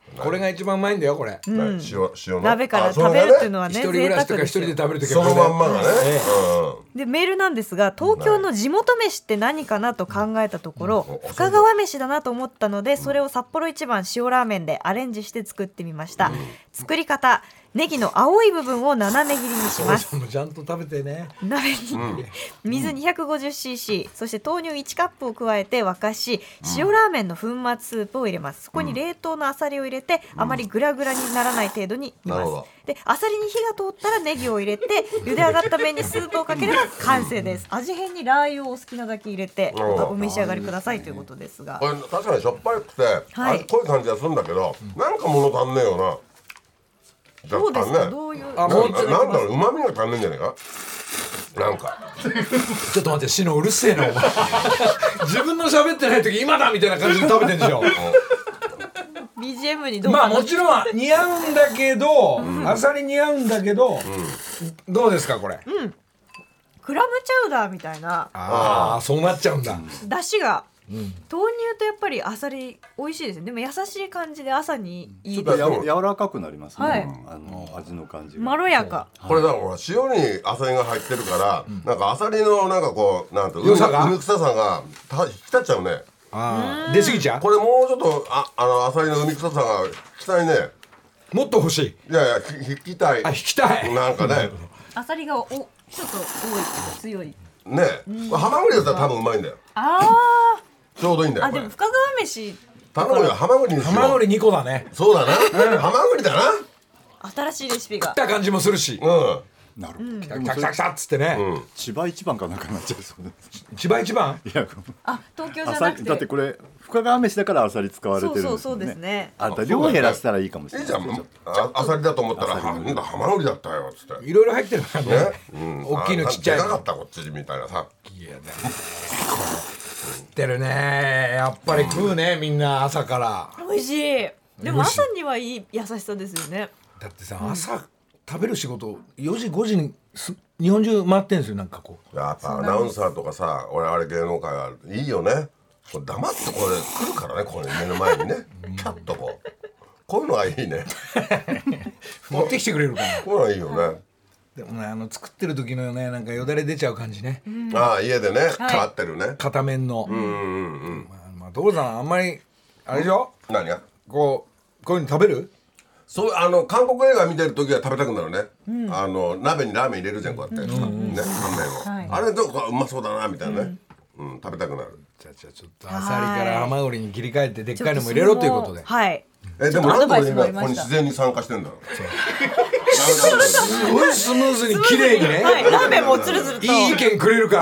これが一番うまいんだよこれ、 うん、 塩塩の鍋から食べるっていうのはね、 一人暮らしとか一人で食べるときそのまんまがね、 うん、でメールなんですが、東京の地元飯って何かなと考えたところ、うん、深川飯だなと思ったので、それを札幌一番塩ラーメンでアレンジして作ってみました、うん、作り方、ネギの青い部分を斜め切りにします。 ちゃんと食べてね。 鍋に水 にひゃくごじゅっシーシー、そして豆乳いちカップを加えて沸かし、塩ラーメンの粉末スープを入れます。そこに冷凍のアサリを入れて、あまりグラグラにならない程度に煮ます。でアサリに火が通ったらネギを入れて、茹で上がった麺にスープをかければ完成です。味変にラー油をお好きなだけ入れてお召し上がりくださいということですが、 これ確かにしょっぱくて、はい、濃い感じがするんだけど、なんか物足んねえよな。 どうですか、ね、どういうあ、もうなんだろう、旨味が足んねえんじゃないか。なんかちょっと待って、シノうるせえなお前自分の喋ってない時今だみたいな感じで食べてんでしょビージーエム にどうかな。 まあもちろん似合うんだけど、うん、アサリ似合うんだけど、うん、どうですかこれ、 うん、クラムチャウダーみたいな。 ああ、そうなっちゃうんだ。 出汁がうん、豆乳とやっぱりアサリ美味しいですね。でも優しい感じで朝にいいです。 ちょっと柔らかくなりますね、 はい、 あの味の感じがまろやか。 これだから塩にアサリが入ってるから、うん、なんかアサリのなんかこうなんて海臭さが引き立っちゃうね。 あ出過ぎちゃう。 これもうちょっとああのアサリの海臭さが引きたいね。 もっと欲しい。 いやいや引きたい。 あ、引きたい。 なんかねアサリがおちょっと多い強いね。ハマグリだったら多分うまいんだよ。 ああちょうどいいんだよ。 あ、でも深川飯頼むよ、ハマグリにしよう。 ハマグリにこだね。 そうだな、ハマグリだな。 新しいレシピが食った感じもするし、 うん、 なるほど。きたきたきたきたっつってね、 千葉一番かなんかになっちゃうそうです。 千葉一番。 いや、 あ、東京じゃなくてだってこれ深川飯だからアサリ使われてるんですね。 そうそうそうですね。 あんた量減らしたらいいかもしれない。 いいじゃん、アサリだと思ったらなんだハマグリだったよっつって。 いろいろ入ってるからね。大きいのちっちゃいの。 でかかったこっちみたいなさ。 いやね。ってるね。やっぱり食うね、みんな朝から。 美味しい。でも朝にはいい優しさですよね。 だってさ、朝食べる仕事よじごじに日本中回ってんですよ。なんかこうやっぱアナウンサーとかさ、俺あれ芸能界はいいよね。これ黙ってこれ来るからね、これ目の前にねキャッとこうこういうのがいいね持ってきてくれるから。 こういうのがいいよね。 でもね、あの作ってる時のね、なんかよだれ出ちゃう感じね。 ああ、家でね、変わってるね。 片面の。 うんうんうん。 まあ所さんあんまりあれでしょ。 何が？ こうこういうの食べる？ そう、あの韓国映画見てる時は食べたくなるね。あの鍋にラーメン入れるじゃん、こうやってね、乾麺を。あれどこうまそうだなみたいなね。うん、食べたくなる。 じゃあじゃあちょっとアサリからハマグリに切り替えてでっかいのも入れろということで。 はい。 え、でもなんで俺今ここに自然に参加してんだろう。 すごいスムーズに綺麗にね。 ラーメンもつるつるといい意見くれるから。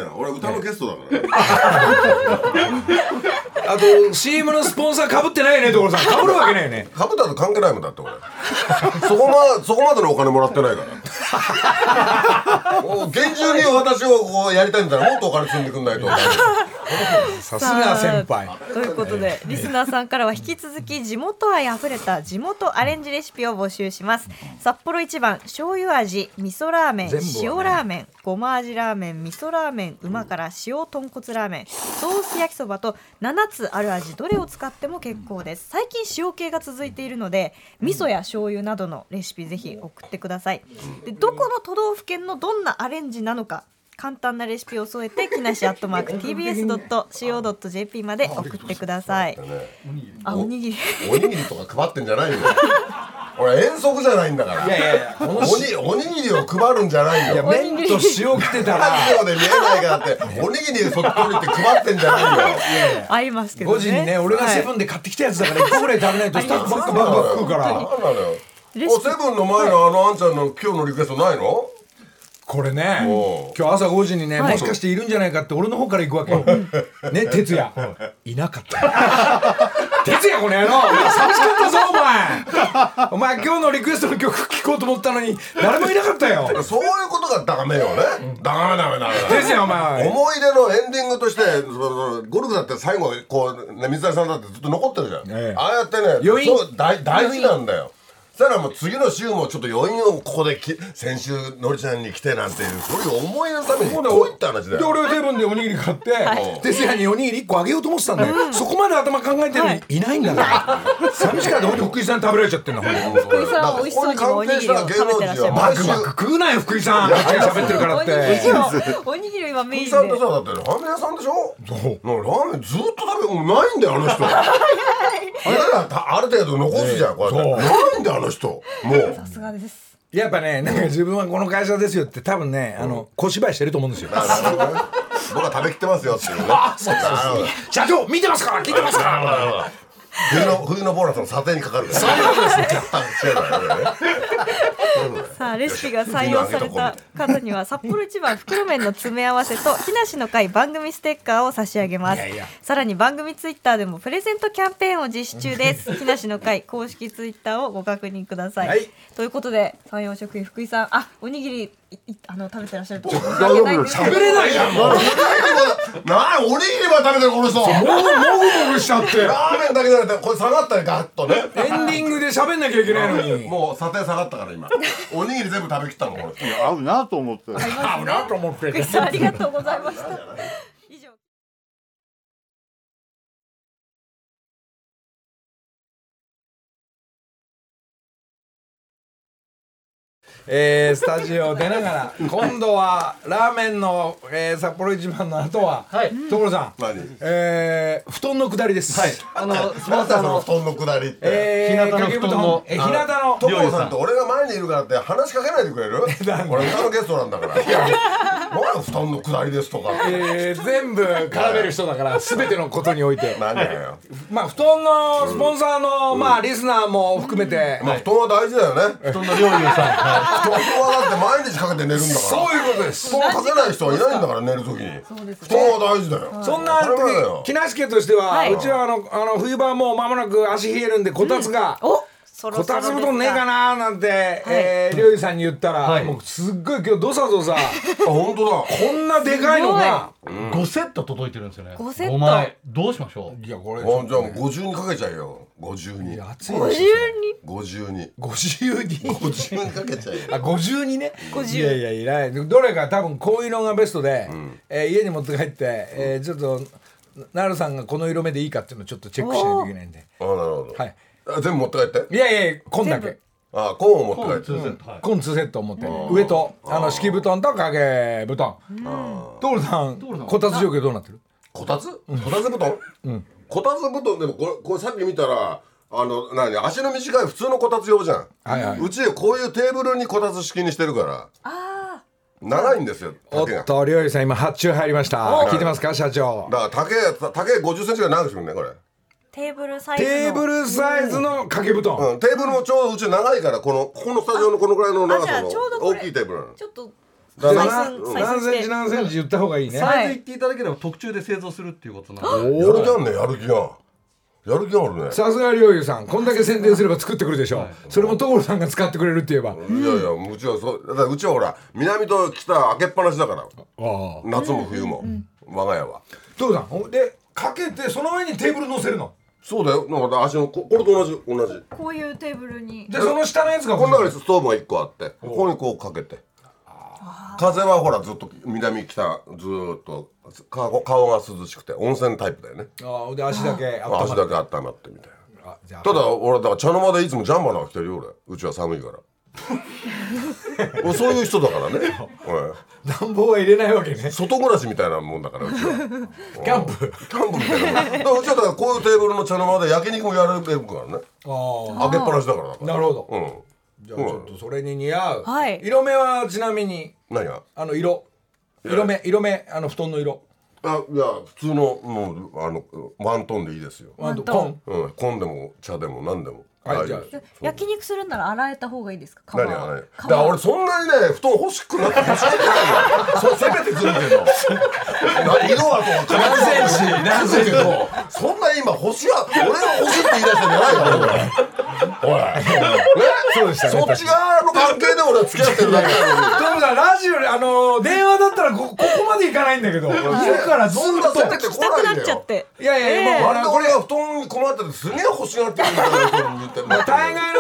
俺歌のゲストだからね。 あと シーエム のスポンサーかぶってないよね、所さん。かぶるわけないよね。 かぶったと関係ないもんだって俺。そこまそこまでのお金もらってないから。もう厳重に私をこうやりたいんだらもっとお金積んでくんないと。 さすが先輩。 ということでリスナーさんからは引き続き地元愛あふれた地元アレンジレシピを募集します。札幌一番醤油味味噌ラーメン、ね、塩ラーメン、ごま味ラーメン、味噌ラーメン、旨辛塩豚骨ラーメン、ソース焼きそばとななつある味どれを使っても結構です。最近塩系が続いているので味噌や醤油などのレシピぜひ送ってください。でどこの都道府県のどんなアレンジなのか簡単なレシピを添えて木梨アットマーク ティービーエスドットシーオードットジェーピー まで送ってください。あ、おにぎりおにぎりとか配ってんじゃないよ。俺遠足じゃないんだから。 いやいやいや、 おにおにぎりを配るんじゃないよ。 いや麺と塩来てたらラジオで見えないからっておにぎりそっくりって配ってんじゃないよ。 合いますけどね。 ごじにね、俺がセブンで買ってきたやつだからいっこぐらい食べないとスタッフばっかばっか食うから。 おセブンの前のあのあんちゃんの今日のリクエストないの？ これね、今日朝ごじにね、もしかしているんじゃないかって俺の方から行くわけ。ね、哲也いなかった。哲也この野郎、寂しかったぞお前。お前今日のリクエストの曲聴こうと思ったのに誰もいなかったよ。 そういうことがダメよね。ダメダメダメ。 哲也お前。 思い出のエンディングとしてゴルフだって最後こうね水谷さんだってずっと残ってるじゃん。ああやってね、そう大大事なんだよ。 したらもう次の週もちょっと余韻をここでき先週のりちゃんに来てなんていうそういう思いのためにこういった話だよ。 で俺はセブンでおにぎり買って哲也におにぎりいっこあげようと思ってたんだよ、そこまで頭考えてるのにいないんだから寂しかった。ほんと福井さん食べられちゃってんの。 福井さん美味しそうにおにぎりを食べてらっしゃいます。 バクバク食うなよ福井さん、あっちが喋ってるからって。 おにぎりはメインで。 福井さんってさだってラーメン屋さんでしょ。そうラーメンずっと食べもうないんだよあの人。あれだある程度残すじゃんこうやってないんだよあの人もう。 さすがです。 やっぱねなんか自分はこの会社ですよって多分ねあの小芝居してると思うんですよ。 僕は食べきってますよっていうね。 社長見てますから聞いてますから。 冬の冬のボーナスの査定にかかるから。そういうことですね。 さあレシピが採用された方には札幌一番袋麺の詰め合わせと木梨の会番組ステッカーを差し上げます。いやいやさらに番組ツイッターでもプレゼントキャンペーンを実施中です。木梨の会公式ツイッターをご確認ください、はい、ということで三洋食品福井さんあおにぎりあの食べてらっしゃると喋れないじゃんもう。 なおにぎりまで食べてるこの人。もぐもぐもぐしちゃって。 ラーメンだけじゃなくてこれ下がったねガッとね。 エンディングで喋んなきゃいけないのに。 もう査定下がったから今。おにぎり全部食べきったのこれ。 合うなと思って。 合うなと思って。 福井さんありがとうございました。以上。 えー、スタジオ出ながら今度はラーメンの、えー、札幌一番の後は、はい、所さん、えー、布団の下りです。はい、 あのスポンサーの布団の下りって、 えー、日向の布団のえー、日向の所さんと俺が前にいるからって話しかけないでくれる？俺歌のゲストなんだから。何布団の下りですとか、 えー、全部絡める人だから全てのことにおいて何だよ。 まあ布団のスポンサーの、うん、まあリスナーも含めて、 まあ布団は大事だよね。 布団の料理さん、はい布団はだって毎日かけて寝るんだから。 そういうことです。 布団かけない人はいないんだから寝るときに。布団は大事だよ。 そんな木梨家としては、はい、うちはあのあの冬場もう間もなく足冷えるんでこたつが、うん、こたつ布団ねえかなーなんて、はいえー、りょうゆさんに言ったら、はい、もうすっごい今日どさどさあ本当だこんなでかいのがごセット届いてるんですよね。 ごセットごまいどうしましょう。 いやこれじゃあもうごじゅうにかけちゃえよ。ごじゅうに暑いごじゅうにごじゅうにごじゅうにごじゅうにかけちゃえよ。 あごじゅうにねごじゅういやいやいらない。どれか多分こういうのがベストで、うんえー、家に持って帰って、えー、ちょっとなるさんがこの色目でいいかっていうのをちょっとチェックしないといけないんで。 あなるほど、 はい、 あ全部持って帰って。 いやいやコンだけあコーンを持って帰って、うん、 コンツーセットを持って上とあの敷布団と掛け布団。所さんこたつ状況どうなってる？ こたつ？こたつ布団？うん、こたつ布団でもこれ、これさっき見たらあの何足の短い普通のこたつ用じゃん、はいはい、うちこういうテーブルにこたつ式にしてるからあ長いんですよ。 おっとりょうゆさん今発注入りました。聞いてますか社長。 だから竹竹ごじゅっセンチぐらい長くしてるねこれ。 テーブルサイズのテーブルサイズの掛け布団、 うん、テーブルもちょうどうち長いからこのここのスタジオのこのくらいの長さの大きいテーブルなの。 ちょっと何センチ何センチ言った方がいいね。 サイズ言っていただければ特注で製造するっていうことなんで。 やる気あるねやる気がやる気があるね。 さすがりょうゆさんこんだけ宣伝すれば作ってくるでしょ、はい、それも所さんが使ってくれるって言えば。いやいやうちはそうだからうちはほら南と北開けっぱなしだからあ夏も冬も、うん、我が家は所さんでかけてその上にテーブル乗せるの。そうだよ。なんか足の こ, これと同じ同じこういうテーブルにでその下のやつがこの中にストーブがいっこあってここにこうかけて風はほらずっと南北ずっと顔, 顔が涼しくて温泉タイプだよね。 ああで足だけ温まって足だけ温まってみたいな。ただ俺だから茶の間でいつもジャンバーなんか着てるよ俺。うちは寒いからそういう人だからね暖房は入れないわけね。 外暮らしみたいなもんだからうちはキャンプキャンプみたいなもんだからうちはだからこういうテーブルの茶の間で焼肉もやれるからね。あ開けっぱなしだからだから。 なるほど、うん、じゃあちょっとそれに似合う、はい、色目はちなみに何があの色色目色目あの布団の色あいや普通のもうあのワントーンでいいですよ。 ワントーン、 うん、紺でも茶でも何でも。 はい、じゃあ焼肉するなら洗えた方がいいですか。 何がね。だから俺そんなにね布団欲しくなって欲しくないよ。そう攻めてくるけど。色はとは何センチ何センチけどそんな今欲しが俺が欲しいって言い出してんじゃないから俺。おい。そうでしたね。そっち側の関係で俺は付き合ってるだけなのに。 でもさラジオあの電話だったら こ, ここまでいかないんだけど。家からずっと攻めてこないんだよ。 いやいや、 えー、もうあれで俺が布団に困っててすげえ欲しがってるんだよ。 大概のものは何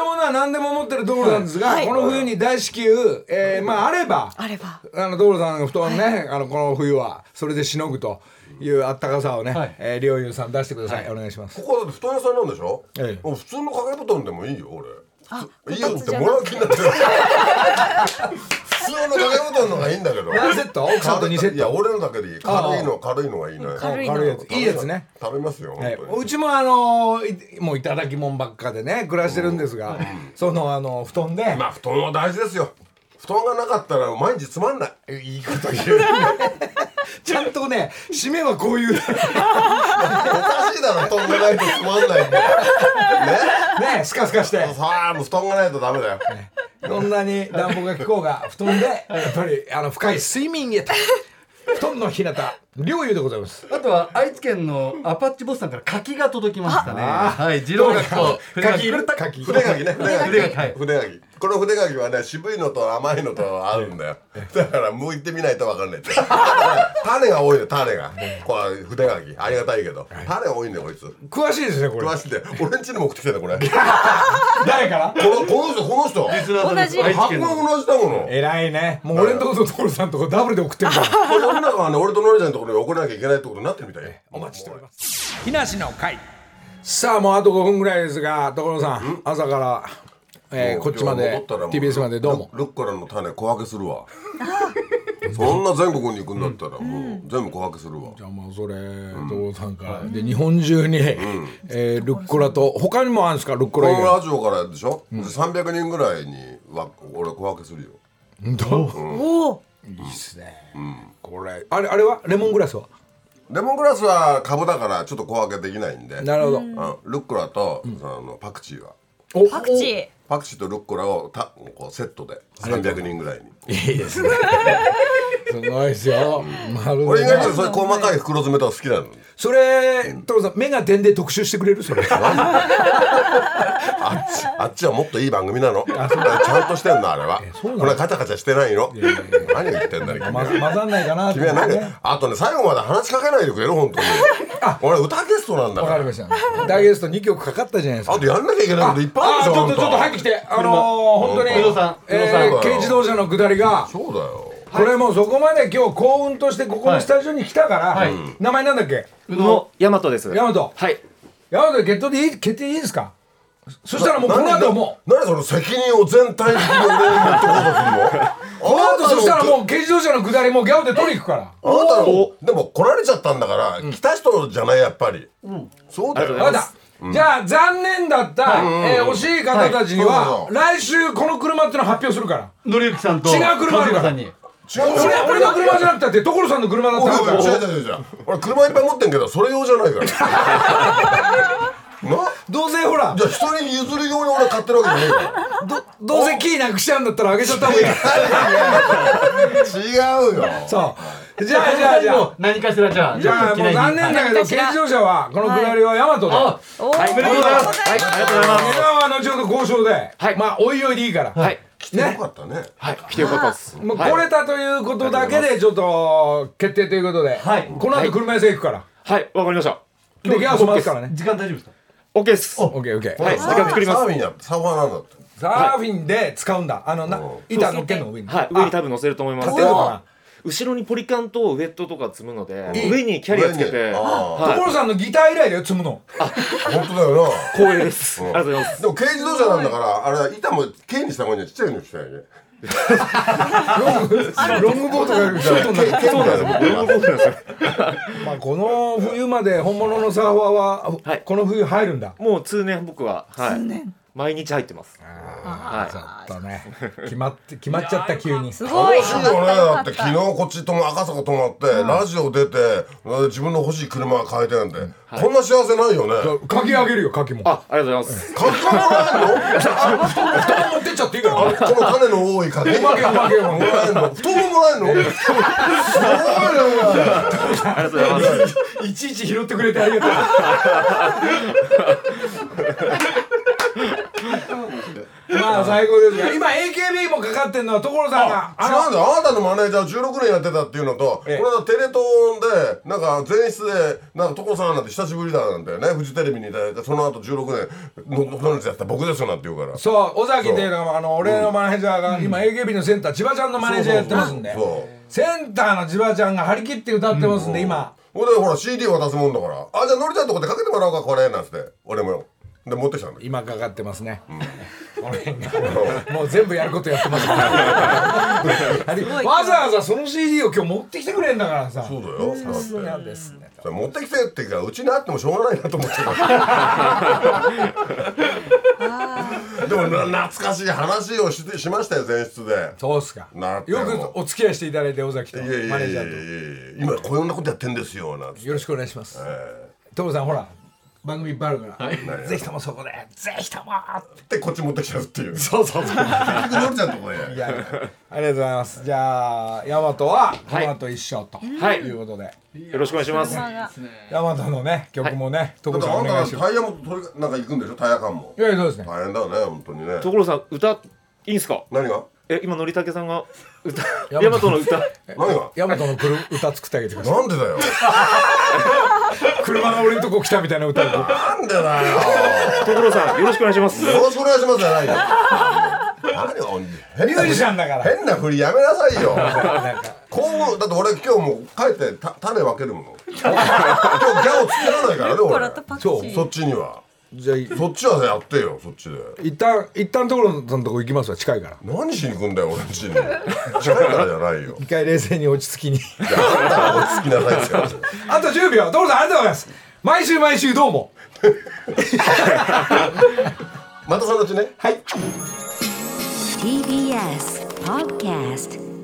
何でも持ってる所なんですが、はい、この冬に大至急、えー、まああればあればあの所さんの布団ね、はい、あのこの冬はそれでしのぐというあったかさをね、はい、えー、りょうゆうさん出してください、はい、お願いします。 ここはだって布団屋さんなんでしょ、ええ、もう普通の掛け布団でもいいよ俺。いいよってもらう気になってる普通の掛け布団の方がいいんだけど何セット？奥さんとにセット。 いや俺のだけでいい。軽いの軽いのがいいね。 軽いやついいやつね。 食べますよ、 えー、うちもあのー、もういただきもんばっかでね暮らしてるんですが、うん、そのあの布団でまあ布団は大事ですよ。布団がなかったら毎日つまんない。 いいこと言うちゃんとね締めはこういうおかしいだろ布団がないとつまんないんだよねねスカスカしてさあもう布団がないとダメだよ、 ね、どんなに暖房が効こうが布団でやっぱりあの深い睡眠へと布団の日向りょうゆうでございます。 あとは愛知県のアパッチボスさんから柿が届きましたね。はい、次郎柿と柿柿筆柿ね筆柿筆柿筆柿この筆柿はね渋いのと甘いのとあるんだよ。だから剥いてみないと分かんないって種が多いの種がこれ筆柿ありがたいけど種多いんだよこいつ。 詳しいですねこれ。 詳しいんで俺ん家にも送ってきてたこれ誰からこのこの人この人同じ箱が同じだもの。 偉いね。もう俺のとこと所さんとこダブルで送ってるから世の中はね俺とのりちゃんのところに送らなきゃいけないってことになってるみたい。 お待ちしております。木梨の会。さあもうあとごふんぐらいですが所さん朝から、えー、こっちまで ティービーエス までどうも。 ルッコラの種小分けするわそんな全国に行くんだったらもう全部小分けするわ。 じゃあまあそれ所さんからで日本中に、うんえー、ルッコラと他にもあるんですかルッコラ以外。 このラジオからでしょ、うん、さんびゃくにんぐらいには俺小分けするよ。 どう、うん、おおいいっすね、うん、これあれあれはレモングラスはレモングラスは株だからちょっと小分けできないんで。 なるほど、うん、 ルッコラと、うん、あのパクチーはパクチーパクチーとルッコラをたこうセットでさんびゃくにんぐらいに。 いいですねすごいですよ、 うん、俺意外とそういう細かい袋詰めとか好きなの。 それ所さん目が点で特集してくれるそれあっちあっちはもっといい番組なの。ちゃんとしてんのあれは。これはカチャカチャしてないの。何言ってんだよ君は。 混ざんないかな君は何あとね最後まで話しかけないでくれる本当に俺歌ゲストなんだから。 わかりました歌ゲストにきょくかかったじゃないですか。 あとやんなきゃいけないこといっぱいあるでしょ。 ちょっとちょっと入ってきてあの本当に軽自動車の下りがそうだよこれもうそこまで今日幸運としてここのスタジオに来たから、はいはい、名前なんだっけ。 宇野大和です。 大和はい大和で決闘でいい決定いいですか。そしたらもうこの後もう何その責任を全体的に俺に持ってこうとするのこの後そしたらもう軽自動車の下りもギャオで取り行くから。 あなたのでも来られちゃったんだから、うん、来た人じゃないやっぱり、うん、そうだよ。 分かった、うん、じゃあ残念だった、うんえー、惜しい方たちには、はい、来週この車っての発表するから。 のりゆきさんと違う車あるからに俺, 俺の車じゃなくたって所さんの車だったら違う違う違う俺車いっぱい持ってんけどそれ用じゃないからなどうせほらじゃあ人に譲るように俺買ってるわけじゃないからど, どうせキーなくしちゃうんだったらあげちゃった方がいい違うよそうじゃあじゃあじゃあ何かしらじゃあじゃあもう残念だけど軽自動車はこの下りはヤマトではいおめでとうございますはいありがとうございます値段は後ほど交渉でまあおいおいでいいからはい来てよかったね。 はい、来てよかったです。 もう来れたということだけでちょっと決定ということで、はい、この後車椅子行くから。 はい、わかりました。 でギャーしますからね。 時間大丈夫ですか？ オッケーです。 オッケーオッケー。 はい、時間作ります。 サーフィンやサーファーなんだって。 サーフィンで使うんだ。あのな板乗っけんの上に。 はい、上に多分乗せると思います。 立てるかな。 後ろにポリカンとウェットとか積むので上にキャリアつけて所さんのギター以来だよ積むの。 あ本当だよな光栄です。ありがとうございます。 でも軽自動車なんだからあれ板も軽にした方がいいんじゃちっちゃいのにしたいね。 ロングボードがショートになってそうなんですよ。ロングボードなんですよ。 まあこの冬まで本物のサーファーはこの冬入るんだ。 もう通年僕ははい毎日入ってます。 はい。ちょっとね決まって決まっちゃった急に。 すごい。 楽しいよね。だって昨日こっちとも赤坂泊まってラジオ出て自分の欲しい車が買えてなんてこんな幸せないよね。 鍵あげるよ鍵も。 あありがとうございます。 鍵もらえんの？ 布団持ってっちゃっていいから。 この種の多い鍵。 おまけおまけもらえんの？布団ももらえんの？すごいね。 ありがとうございます。 いちいち拾ってくれてありがとう。 まあ最高ですが今 エーケービー もかかってんのは所さんが違うんだよ、あなたのマネージャーじゅうろくねんやってたっていうのと、こええの間テレ東でなんか前室でなんか所さんなんて久しぶりだなんてね、フジテレビにいてその後じゅうろくねんののやった僕ですよなんて言うから。 そう尾崎っていうのはあの俺のマネージャーが今 エーケービー のセンター千葉ちゃんのマネージャーやってますんで、センターの千葉ちゃんが張り切って歌ってますんで今俺ほら シーディー 渡すもんだから、あじゃあのりちゃんのとこでかけてもらおうかこれなんつって俺もで持ってきたんだよ。 今かかってますね、この辺がもう全部やることやってますからわざわざその シーディー を今日持ってきてくれんだからさ。 そうだよ、 さすがですね。 それ持ってきてっていうかうちにあってもしょうがないなと思ってでもな懐かしい話をしてしましたよ前室で。 そうっすか。 なってよくお付き合いしていただいて尾崎とマいやいやいやいやネージャー今こんなことやってんですよなんつってとよろしくお願いします。 え所さんほら番組いっぱいあるからぜひともそこでぜひともでこっち持ってきちゃうっていう。 そうそうそう結局のりちゃんのとこへいやありがとうございます。じゃあ大和はこの後一緒とはいいうことで、 よろしくお願いします。 大和のね曲もねだ所さんってあんお願いします。 たタイヤも取りなんか行くんでしょタイヤ缶も。 いやいやそうですね。 大変だよね本当にね。 所さん歌いいんすか？ 何がえ今のりたけさんが歌大和大和の歌何が大和のくる歌作ってあげてください。 なんでだよ車が俺のとこ来たみたいな歌を。 なんでだよ所さんよろしくお願いします。 よろしくお願いしますじゃないよ何を変なミュージシャンだから。 変な振りやめなさいよなんか今後だって俺今日もう帰ってた種分けるもの今日ギャオ作らないからね俺コラとパクチーそっちにはじゃあそっちはやってよそっちで一旦一旦所さんのとこ行きますわ近いから。 何しに行くんだよ俺んちに近いからじゃないよ一回冷静に落ち着きに。 いやあんたが落ち着きなさいですよあとじゅうびょう所さんありがとうございます。毎週毎週どうも。 またそのうちねはい。 ティービーエス Podcast